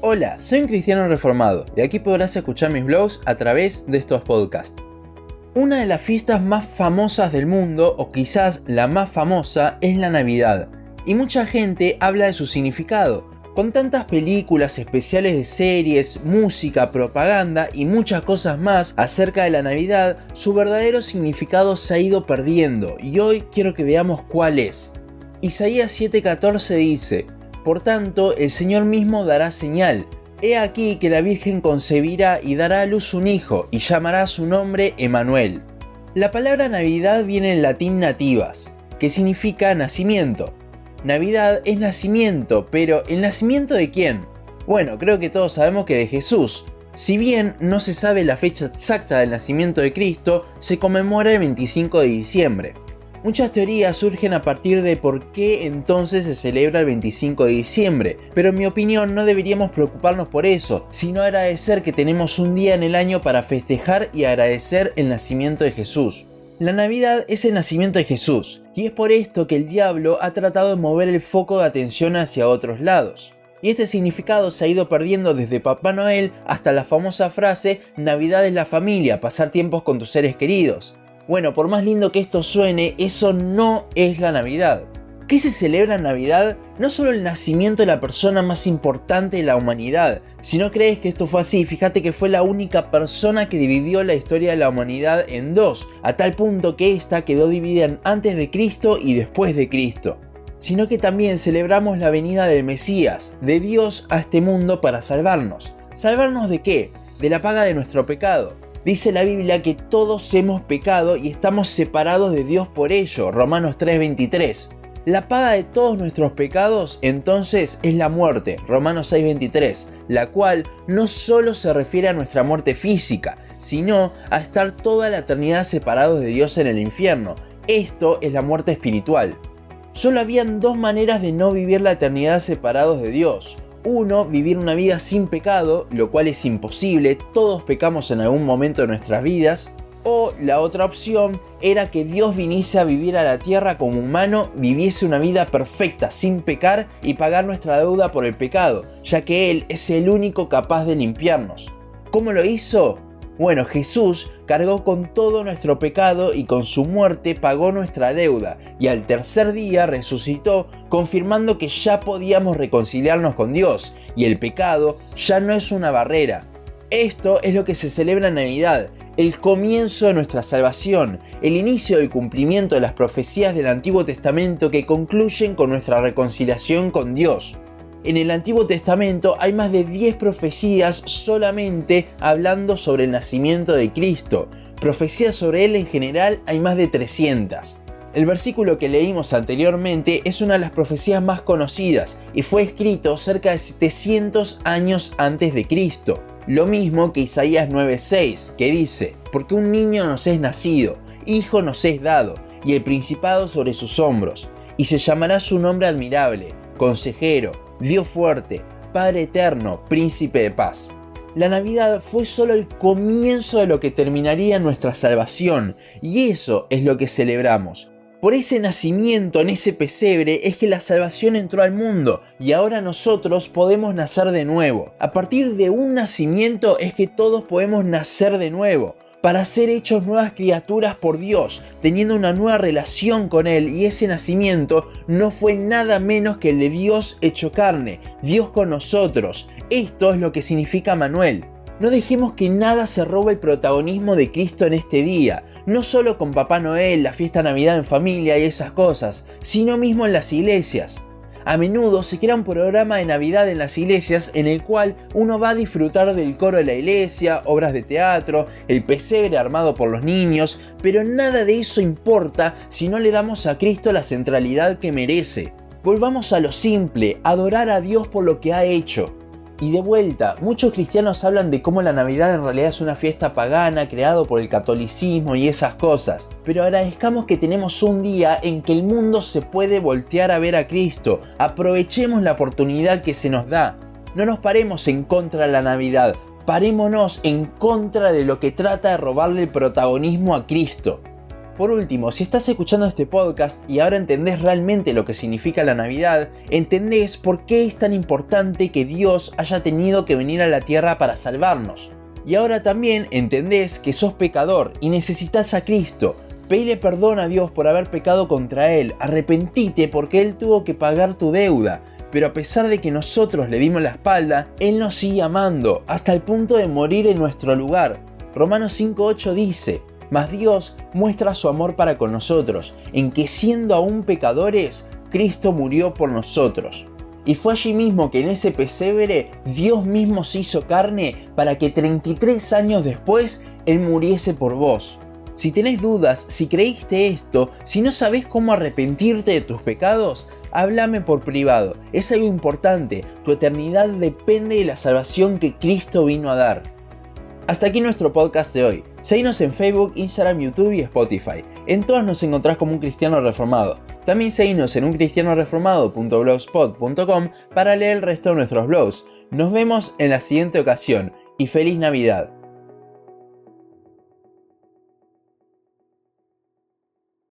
Hola, soy un cristiano reformado y aquí podrás escuchar mis blogs a través de estos podcasts. Una de las fiestas más famosas del mundo, o quizás la más famosa, es la Navidad. Y mucha gente habla de su significado. Con tantas películas, especiales de series, música, propaganda y muchas cosas más acerca de la Navidad, su verdadero significado se ha ido perdiendo y hoy quiero que veamos cuál es. Isaías 7:14 dice: Por tanto, el Señor mismo dará señal. He aquí que la Virgen concebirá y dará a luz un hijo, y llamará su nombre Emmanuel. La palabra Navidad viene del latín nativas, que significa nacimiento. Navidad es nacimiento, pero ¿el nacimiento de quién? Bueno, creo que todos sabemos que de Jesús. Si bien no se sabe la fecha exacta del nacimiento de Cristo, se conmemora el 25 de diciembre. Muchas teorías surgen a partir de por qué entonces se celebra el 25 de diciembre, pero en mi opinión no deberíamos preocuparnos por eso, sino agradecer que tenemos un día en el año para festejar y agradecer el nacimiento de Jesús. La Navidad es el nacimiento de Jesús, y es por esto que el diablo ha tratado de mover el foco de atención hacia otros lados. Y este significado se ha ido perdiendo desde Papá Noel hasta la famosa frase Navidad es la familia, pasar tiempos con tus seres queridos. Bueno, por más lindo que esto suene, eso no es la Navidad. ¿Qué se celebra en Navidad? No solo el nacimiento de la persona más importante de la humanidad. Si no crees que esto fue así, fíjate que fue la única persona que dividió la historia de la humanidad en dos, a tal punto que esta quedó dividida en antes de Cristo y después de Cristo. Sino que también celebramos la venida del Mesías, de Dios a este mundo para salvarnos. ¿Salvarnos de qué? De la paga de nuestro pecado. Dice la Biblia que todos hemos pecado y estamos separados de Dios por ello, Romanos 3:23. La paga de todos nuestros pecados entonces es la muerte, Romanos 6:23, la cual no solo se refiere a nuestra muerte física, sino a estar toda la eternidad separados de Dios en el infierno. Esto es la muerte espiritual. Solo habían dos maneras de no vivir la eternidad separados de Dios. Uno, vivir una vida sin pecado, lo cual es imposible, todos pecamos en algún momento de nuestras vidas. O la otra opción era que Dios viniese a vivir a la tierra como humano, viviese una vida perfecta, sin pecar y pagar nuestra deuda por el pecado, ya que Él es el único capaz de limpiarnos. ¿Cómo lo hizo? Bueno, Jesús cargó con todo nuestro pecado y con su muerte pagó nuestra deuda, y al tercer día resucitó, confirmando que ya podíamos reconciliarnos con Dios, y el pecado ya no es una barrera. Esto es lo que se celebra en Navidad, el comienzo de nuestra salvación, el inicio del cumplimiento de las profecías del Antiguo Testamento que concluyen con nuestra reconciliación con Dios. En el Antiguo Testamento hay más de 10 profecías solamente hablando sobre el nacimiento de Cristo. Profecías sobre Él en general hay más de 300. El versículo que leímos anteriormente es una de las profecías más conocidas y fue escrito cerca de 700 años antes de Cristo. Lo mismo que Isaías 9:6, que dice: Porque un niño nos es nacido, hijo nos es dado, y el principado sobre sus hombros, y se llamará su nombre admirable, consejero, Dios fuerte, Padre eterno, príncipe de paz. La Navidad fue solo el comienzo de lo que terminaría nuestra salvación, y eso es lo que celebramos. Por ese nacimiento en ese pesebre es que la salvación entró al mundo, y ahora nosotros podemos nacer de nuevo. A partir de un nacimiento es que todos podemos nacer de nuevo, para ser hechos nuevas criaturas por Dios, teniendo una nueva relación con Él, y ese nacimiento no fue nada menos que el de Dios hecho carne, Dios con nosotros. Esto es lo que significa Manuel. No dejemos que nada se robe el protagonismo de Cristo en este día, no solo con Papá Noel, la fiesta de Navidad en familia y esas cosas, sino mismo en las iglesias. A menudo se crea un programa de Navidad en las iglesias en el cual uno va a disfrutar del coro de la iglesia, obras de teatro, el pesebre armado por los niños, pero nada de eso importa si no le damos a Cristo la centralidad que merece. Volvamos a lo simple, adorar a Dios por lo que ha hecho. Y de vuelta, muchos cristianos hablan de cómo la Navidad en realidad es una fiesta pagana creado por el catolicismo y esas cosas. Pero agradezcamos que tenemos un día en que el mundo se puede voltear a ver a Cristo. Aprovechemos la oportunidad que se nos da. No nos paremos en contra de la Navidad, parémonos en contra de lo que trata de robarle el protagonismo a Cristo. Por último, si estás escuchando este podcast y ahora entendés realmente lo que significa la Navidad, entendés por qué es tan importante que Dios haya tenido que venir a la tierra para salvarnos. Y ahora también entendés que sos pecador y necesitas a Cristo. Pedile perdón a Dios por haber pecado contra Él, arrepentite porque Él tuvo que pagar tu deuda. Pero a pesar de que nosotros le dimos la espalda, Él nos sigue amando, hasta el punto de morir en nuestro lugar. Romanos 5:8 dice: mas Dios muestra su amor para con nosotros, en que siendo aún pecadores, Cristo murió por nosotros. Y fue allí mismo que en ese pesebre Dios mismo se hizo carne para que 33 años después Él muriese por vos. Si tenés dudas, si creíste esto, si no sabés cómo arrepentirte de tus pecados, háblame por privado. Es algo importante, tu eternidad depende de la salvación que Cristo vino a dar. Hasta aquí nuestro podcast de hoy. Seguinos en Facebook, Instagram, YouTube y Spotify. En todas nos encontrás como Un Cristiano Reformado. También seguinos en uncristianoreformado.blogspot.com para leer el resto de nuestros blogs. Nos vemos en la siguiente ocasión y ¡feliz Navidad!